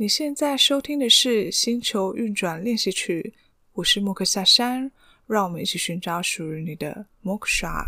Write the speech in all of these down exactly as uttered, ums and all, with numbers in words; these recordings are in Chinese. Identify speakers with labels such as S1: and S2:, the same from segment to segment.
S1: 你现在收听的是《星球运转练习曲》，我是莫克夏山，让我们一起寻找属于你的 Moksha。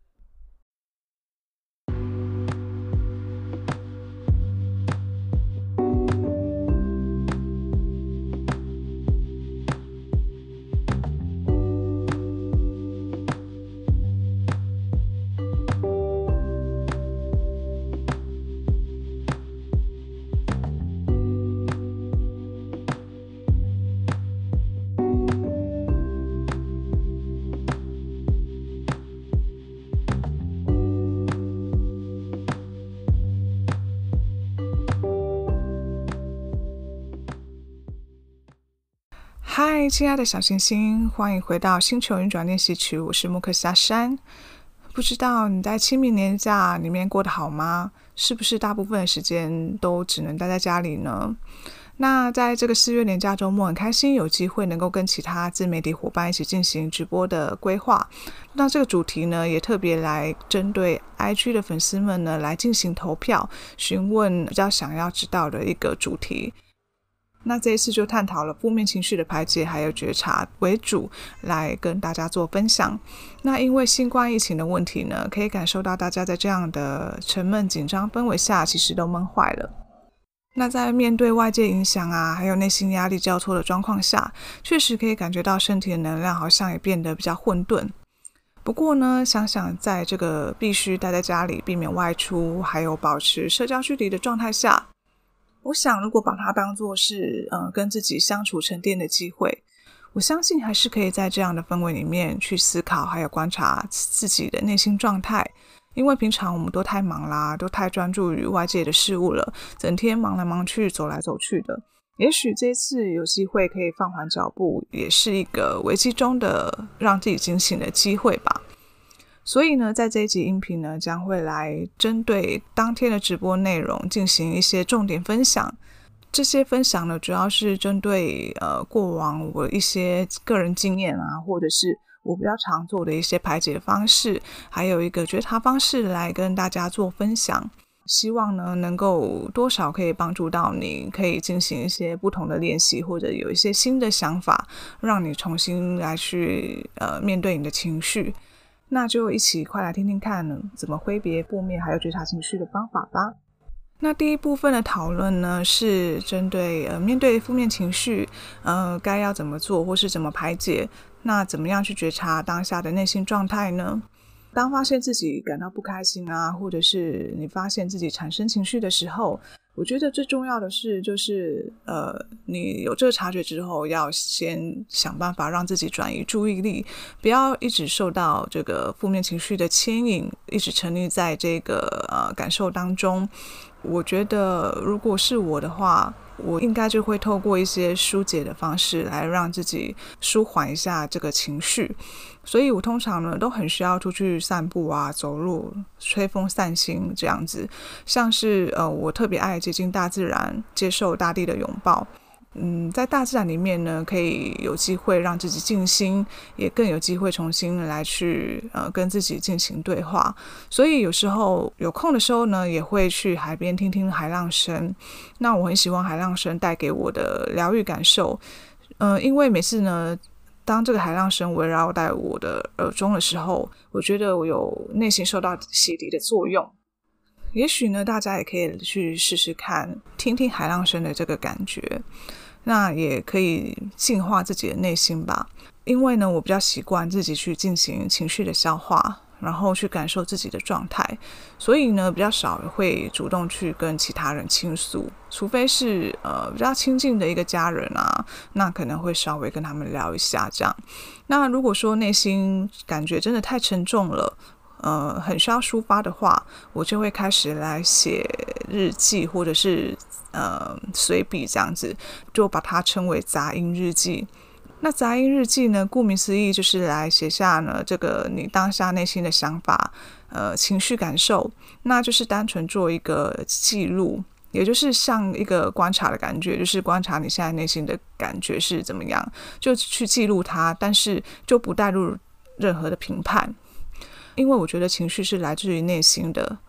S1: 嗨，亲爱的小星星，欢迎回到星球运转练习曲，我是莫克夏山。不知道你在清明年假里面过得好吗？是不是大部分的时间都只能待在家里呢？那在这个四月连假周末，很开心有机会能够跟其他自媒体伙伴一起进行直播的规划。那这个主题呢，也特别来针对 I G 的粉丝们呢来进行投票，询问比较想要知道的一个主题。那这一次就探讨了负面情绪的排解还有觉察为主，来跟大家做分享。那因为新冠疫情的问题呢，可以感受到大家在这样的沉闷紧张氛围下其实都闷坏了。那在面对外界影响啊，还有内心压力交错的状况下，确实可以感觉到身体的能量好像也变得比较混沌。不过呢，想想在这个必须待在家里避免外出还有保持社交距离的状态下，我想如果把它当作是呃跟自己相处沉淀的机会，我相信还是可以在这样的氛围里面去思考还有观察自己的内心状态。因为平常我们都太忙啦，都太专注于外界的事物了，整天忙来忙去走来走去的，也许这次有机会可以放缓脚步，也是一个危机中的让自己警醒的机会吧。所以呢，在这一集音频呢，将会来针对当天的直播内容进行一些重点分享。这些分享呢，主要是针对呃过往我一些个人经验啊，或者是我比较常做的一些排解方式，还有一个觉察方式来跟大家做分享。希望呢，能够多少可以帮助到你，可以进行一些不同的练习，或者有一些新的想法，让你重新来去呃面对你的情绪。那就一起快来听听看呢，怎么挥别负面还有觉察情绪的方法吧。那第一部分的讨论呢，是针对呃面对负面情绪，呃该要怎么做，或是怎么排解？那怎么样去觉察当下的内心状态呢？当发现自己感到不开心啊，或者是你发现自己产生情绪的时候，我觉得最重要的是就是呃，你有这个察觉之后，要先想办法让自己转移注意力，不要一直受到这个负面情绪的牵引，一直沉溺在这个呃感受当中。我觉得如果是我的话，我应该就会透过一些疏解的方式来让自己舒缓一下这个情绪。所以我通常呢都很需要出去散步啊，走路，吹风散心这样子。像是呃我特别爱接近大自然，接受大地的拥抱。嗯，在大自然里面呢，可以有机会让自己静心，也更有机会重新来去呃跟自己进行对话。所以有时候有空的时候呢，也会去海边听听海浪声。那我很喜欢海浪声带给我的疗愈感受。呃，因为每次呢，当这个海浪声围绕在我的耳中的时候，我觉得我有内心受到洗涤的作用。也许呢，大家也可以去试试看，听听海浪声的这个感觉，那也可以净化自己的内心吧。因为呢，我比较习惯自己去进行情绪的消化，然后去感受自己的状态，所以呢，比较少会主动去跟其他人倾诉，除非是呃比较亲近的一个家人啊，那可能会稍微跟他们聊一下这样。那如果说内心感觉真的太沉重了，呃，很需要抒发的话，我就会开始来写日记，或者是呃随笔这样子，就把它称为杂音日记。那杂音日记呢，顾名思义就是来写下呢这个你当下内心的想法、呃情绪感受，那就是单纯做一个记录，也就是像一个观察的感觉，就是观察你现在内心的感觉是怎么样，就去记录它，但是就不带入任何的评判。因为我觉得情绪是来自于内心的，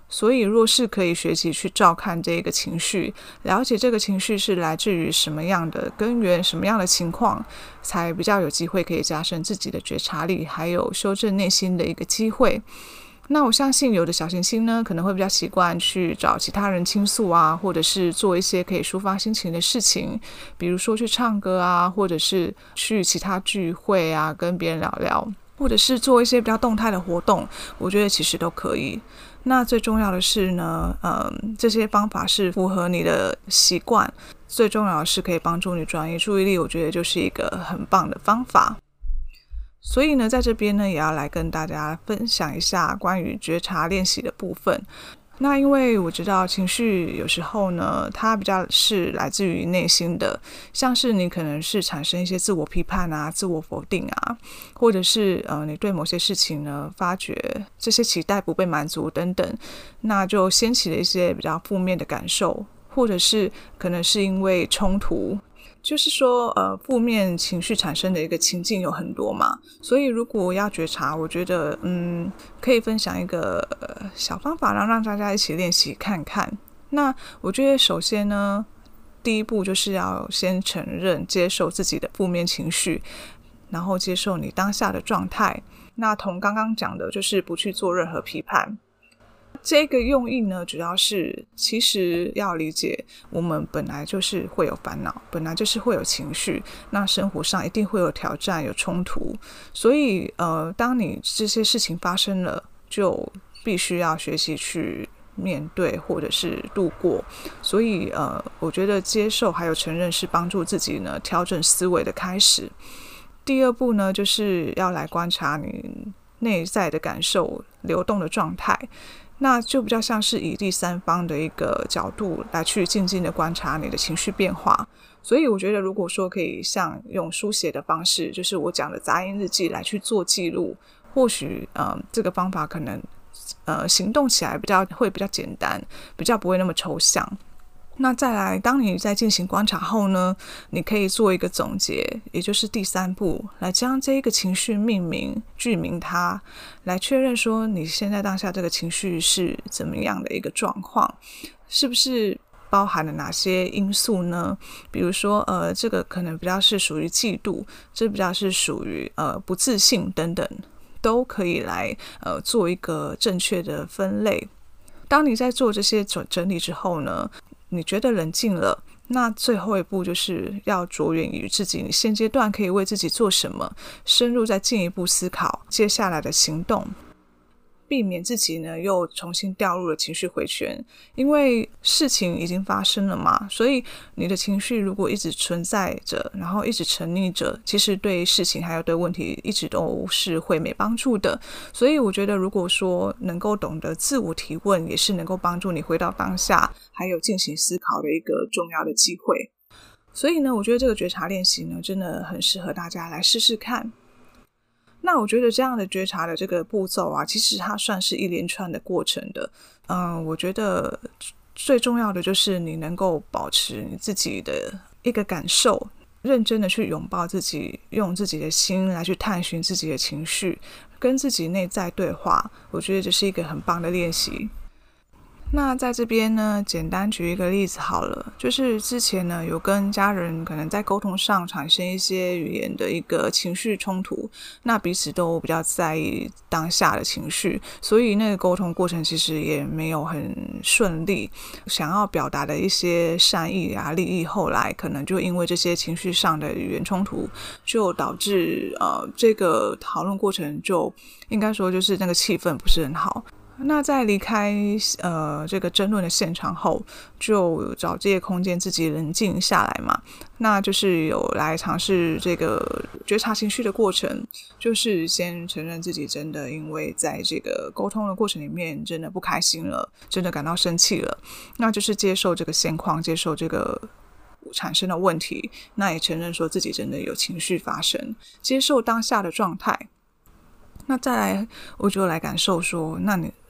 S1: 所以若是可以学习去照看这个情绪，了解这个情绪是来自于什么样的根源，什么样的情况，才比较有机会可以加深自己的觉察力，还有修正内心的一个机会。那我相信有的小行星呢，可能会比较习惯去找其他人倾诉啊，或者是做一些可以抒发心情的事情，比如说去唱歌啊，或者是去其他聚会啊，跟别人聊聊，或者是做一些比较动态的活动，我觉得其实都可以。那最重要的是呢，嗯，这些方法是符合你的习惯，最重要的是可以帮助你转移注意力，我觉得就是一个很棒的方法。所以呢，在这边呢，也要来跟大家分享一下关于觉察练习的部分。那因为我知道情绪有时候呢，它比较是来自于内心的，像是你可能是产生一些自我批判啊、自我否定啊，或者是呃你对某些事情呢发觉这些期待不被满足等等，那就掀起了一些比较负面的感受，或者是可能是因为冲突。就是说呃，负面情绪产生的一个情境有很多嘛，所以如果要觉察，我觉得嗯，可以分享一个、呃、小方法，让让大家一起练习看看。那我觉得首先呢，第一步就是要先承认接受自己的负面情绪，然后接受你当下的状态。那同刚刚讲的就是不去做任何批判。这个用意呢，主要是其实要理解我们本来就是会有烦恼，本来就是会有情绪，那生活上一定会有挑战，有冲突，所以呃，当你这些事情发生了，就必须要学习去面对或者是度过。所以呃，我觉得接受还有承认是帮助自己呢调整思维的开始。第二步呢，就是要来观察你内在的感受流动的状态，那就比较像是以第三方的一个角度来去静静的观察你的情绪变化。所以我觉得如果说可以像用书写的方式，就是我讲的杂音日记来去做记录，或许呃这个方法可能呃行动起来比较会比较简单，比较不会那么抽象。那再来，当你在进行观察后呢，你可以做一个总结，也就是第三步，来将这一个情绪命名、具名它，来确认说你现在当下这个情绪是怎么样的一个状况，是不是包含了哪些因素呢？比如说，呃，这个可能比较是属于嫉妒，这比较是属于呃不自信等等，都可以来呃做一个正确的分类。当你在做这些整理之后呢，你觉得冷静了，那最后一步就是要着眼于自己，你现阶段可以为自己做什么，深入再进一步思考接下来的行动，避免自己呢又重新掉入了情绪回圈。因为事情已经发生了嘛，所以你的情绪如果一直存在着，然后一直沉溺着，其实对事情还有对问题一直都是会没帮助的。所以我觉得如果说能够懂得自我提问，也是能够帮助你回到当下还有进行思考的一个重要的机会。所以呢，我觉得这个觉察练习呢真的很适合大家来试试看。那我觉得这样的觉察的这个步骤啊，其实它算是一连串的过程的。嗯，我觉得最重要的就是你能够保持你自己的一个感受，认真的去拥抱自己，用自己的心来去探寻自己的情绪，跟自己内在对话。我觉得这是一个很棒的练习。那在这边呢，简单举一个例子好了，就是之前呢有跟家人可能在沟通上产生一些语言的一个情绪冲突，那彼此都比较在意当下的情绪，所以那个沟通过程其实也没有很顺利，想要表达的一些善意啊利益，后来可能就因为这些情绪上的语言冲突，就导致呃这个讨论过程就应该说就是那个气氛不是很好。那在离开呃这个争论的现场后，就找这些空间自己冷静下来嘛，那就是有来尝试这个觉察情绪的过程，就是先承认自己真的因为在这个沟通的过程里面真的不开心了，真的感到生气了，那就是接受这个现况，接受这个产生的问题，那也承认说自己真的有情绪发生，接受当下的状态。那再来我就来感受说，那你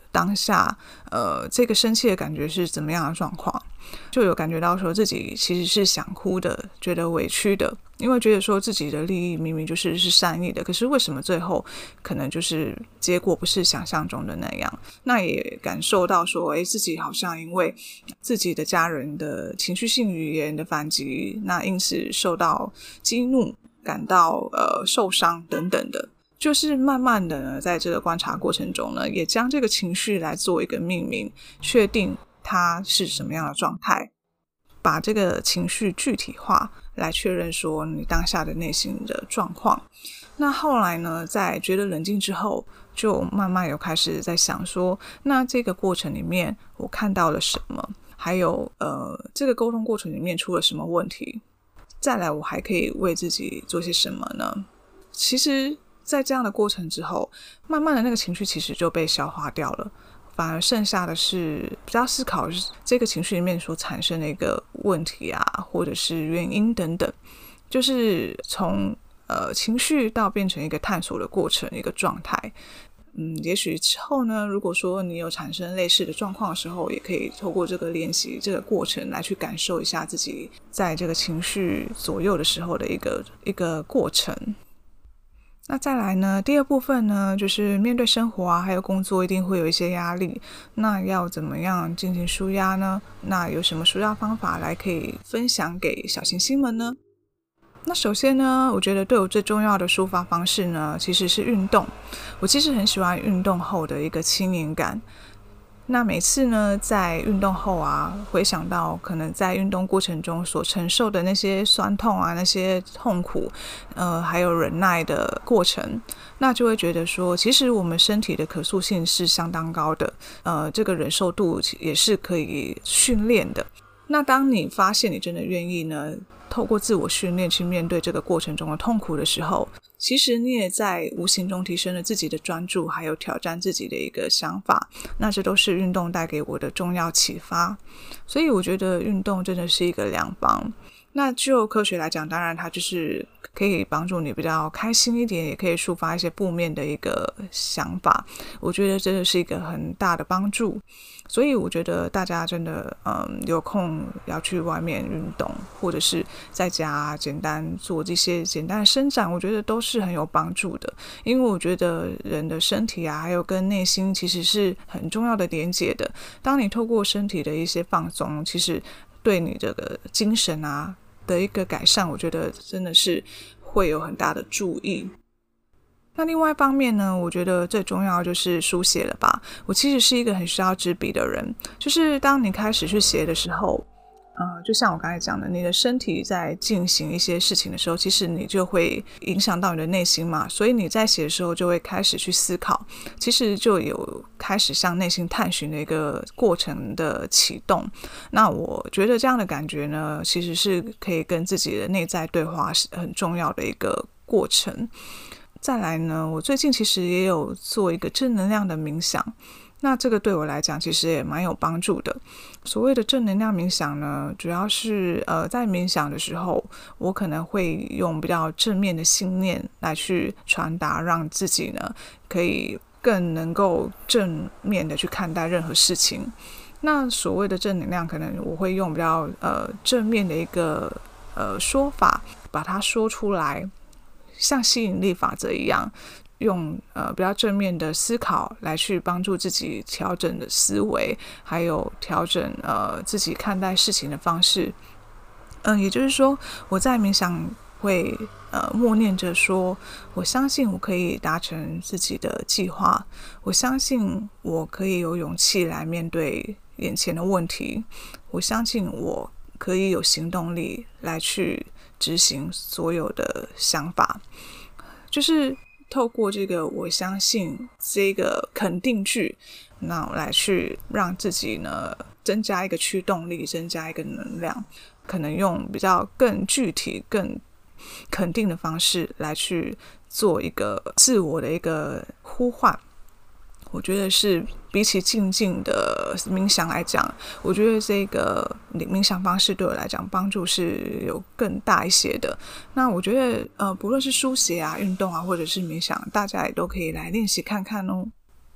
S1: 当下呃这个生气的感觉是怎么样的状况，就有感觉到说自己其实是想哭的，觉得委屈的，因为觉得说自己的利益明明就是是善意的，可是为什么最后可能就是结果不是想象中的那样。那也感受到说诶，自己好像因为自己的家人的情绪性语言的反击，那因此受到激怒，感到呃受伤等等的，就是慢慢的呢，在这个观察过程中呢，也将这个情绪来做一个命名，确定它是什么样的状态，把这个情绪具体化，来确认说你当下的内心的状况。那后来呢，在觉得冷静之后，就慢慢有开始在想说，那这个过程里面我看到了什么，还有呃，这个沟通过程里面出了什么问题，再来我还可以为自己做些什么呢？其实在这样的过程之后，慢慢的那个情绪其实就被消化掉了，反而剩下的是比较思考这个情绪里面所产生的一个问题啊，或者是原因等等，就是从呃情绪到变成一个探索的过程，一个状态。嗯，也许之后呢，如果说你有产生类似的状况的时候，也可以透过这个练习这个过程来去感受一下自己在这个情绪左右的时候的一个一个过程。那再来呢，第二部分呢，就是面对生活啊，还有工作一定会有一些压力，那要怎么样进行抒压呢？那有什么抒压方法来可以分享给小行星们呢？那首先呢，我觉得对我最重要的抒发方式呢，其实是运动。我其实很喜欢运动后的一个轻盈感。那每次呢，在运动后啊，回想到可能在运动过程中所承受的那些酸痛啊，那些痛苦，呃，还有忍耐的过程，那就会觉得说，其实我们身体的可塑性是相当高的，呃，这个忍受度也是可以训练的。那当你发现你真的愿意呢，透过自我训练去面对这个过程中的痛苦的时候，其实你也在无形中提升了自己的专注，还有挑战自己的一个想法，那这都是运动带给我的重要启发。所以我觉得运动真的是一个良方。那就科学来讲，当然它就是可以帮助你比较开心一点，也可以抒发一些负面的一个想法，我觉得真的是一个很大的帮助。所以我觉得大家真的嗯有空要去外面运动，或者是在家简单做这些简单的伸展，我觉得都是很有帮助的。因为我觉得人的身体啊，还有跟内心其实是很重要的连结的。当你透过身体的一些放松，其实对你这个精神啊的一个改善，我觉得真的是会有很大的注意。那另外一方面呢，我觉得最重要就是书写了吧。我其实是一个很需要纸笔的人，就是当你开始去写的时候，呃，就像我刚才讲的，你的身体在进行一些事情的时候，其实你就会影响到你的内心嘛，所以你在写的时候就会开始去思考，其实就有开始向内心探寻的一个过程的启动。那我觉得这样的感觉呢，其实是可以跟自己的内在对话是很重要的一个过程。再来呢，我最近其实也有做一个正能量的冥想，那这个对我来讲其实也蛮有帮助的。所谓的正能量冥想呢，主要是呃在冥想的时候，我可能会用比较正面的信念来去传达，让自己呢可以更能够正面的去看待任何事情。那所谓的正能量，可能我会用比较呃正面的一个呃说法，把它说出来，像吸引力法则一样，用呃比较正面的思考来去帮助自己调整的思维，还有调整呃自己看待事情的方式。嗯，也就是说，我在冥想会呃默念着说，我相信我可以达成自己的计划，我相信我可以有勇气来面对眼前的问题，我相信我可以有行动力来去执行所有的想法。就是透过这个我相信这个肯定句，那我来去让自己呢增加一个驱动力，增加一个能量，可能用比较更具体更肯定的方式来去做一个自我的一个呼唤。我觉得是比起静静的冥想来讲，我觉得这个冥想方式对我来讲帮助是有更大一些的。那我觉得呃，不论是书写啊、运动啊，或者是冥想，大家也都可以来练习看看哦。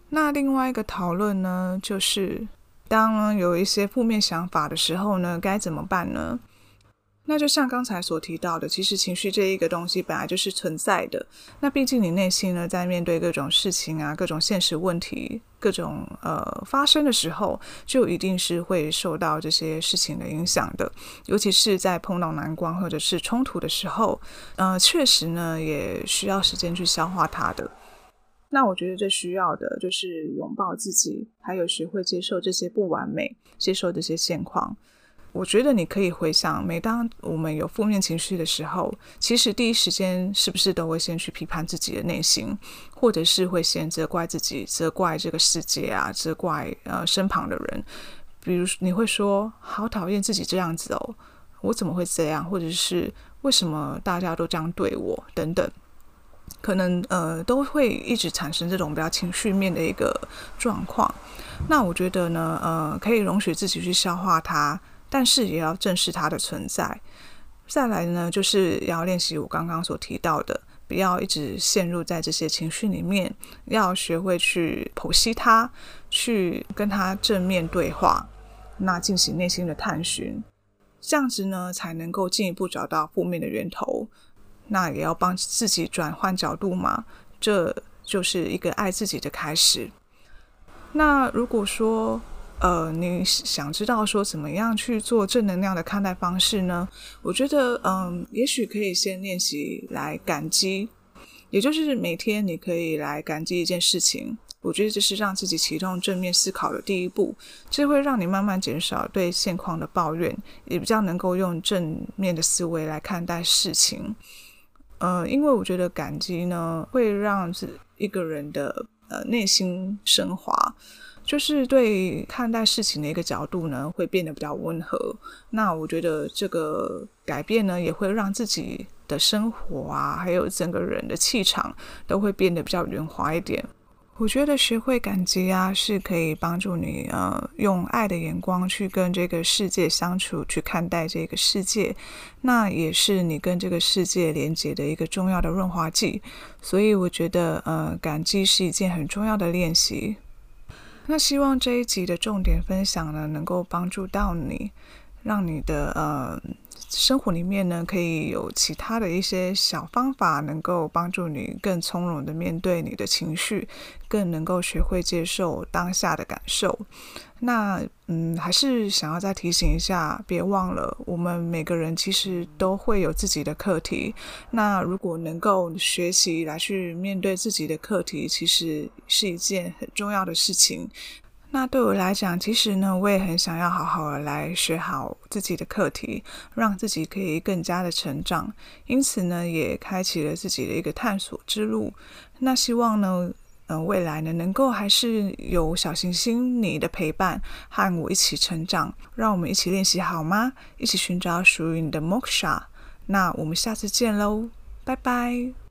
S1: 那另外一个讨论呢，就是当有一些负面想法的时候呢，该怎么办呢？那就像刚才所提到的，其实情绪这一个东西本来就是存在的。那毕竟你内心呢，在面对各种事情啊、各种现实问题、各种呃发生的时候，就一定是会受到这些事情的影响的。尤其是在碰到难关或者是冲突的时候，呃，确实呢也需要时间去消化它的。那我觉得最需要的就是拥抱自己，还有学会接受这些不完美，接受这些现况。我觉得你可以回想，每当我们有负面情绪的时候，其实第一时间是不是都会先去批判自己的内心，或者是会先责怪自己，责怪这个世界啊，责怪呃身旁的人。比如你会说好讨厌自己这样子哦，我怎么会这样，或者是为什么大家都这样对我等等，可能呃都会一直产生这种比较情绪面的一个状况。那我觉得呢呃可以容许自己去消化它，但是也要正视它的存在。再来呢，就是要练习我刚刚所提到的，不要一直陷入在这些情绪里面，要学会去剖析它，去跟它正面对话，那进行内心的探寻，这样子呢才能够进一步找到负面的源头。那也要帮自己转换角度嘛，这就是一个爱自己的开始。那如果说呃，你想知道说怎么样去做正能量的看待方式呢？我觉得，嗯，也许可以先练习来感激，也就是每天你可以来感激一件事情。我觉得这是让自己启动正面思考的第一步，这会让你慢慢减少对现况的抱怨，也比较能够用正面的思维来看待事情。呃，因为我觉得感激呢，会让一个人的呃内心升华。就是对看待事情的一个角度呢，会变得比较温和。那我觉得这个改变呢，也会让自己的生活啊，还有整个人的气场都会变得比较圆滑一点。我觉得学会感激啊，是可以帮助你呃用爱的眼光去跟这个世界相处，去看待这个世界。那也是你跟这个世界连接的一个重要的润滑剂。所以我觉得呃感激是一件很重要的练习。那希望这一集的重点分享呢，能够帮助到你，让你的呃生活里面呢，可以有其他的一些小方法，能够帮助你更从容的面对你的情绪，更能够学会接受当下的感受。那嗯，还是想要再提醒一下，别忘了我们每个人其实都会有自己的课题。那如果能够学习来去面对自己的课题，其实是一件很重要的事情。那对我来讲，其实呢，我也很想要好好的来学好自己的课题，让自己可以更加的成长。因此呢，也开启了自己的一个探索之路。那希望呢呃，未来呢，能够还是有小行星你的陪伴，和我一起成长，让我们一起练习好吗？一起寻找属于你的 Moksha。那我们下次见喽，拜拜。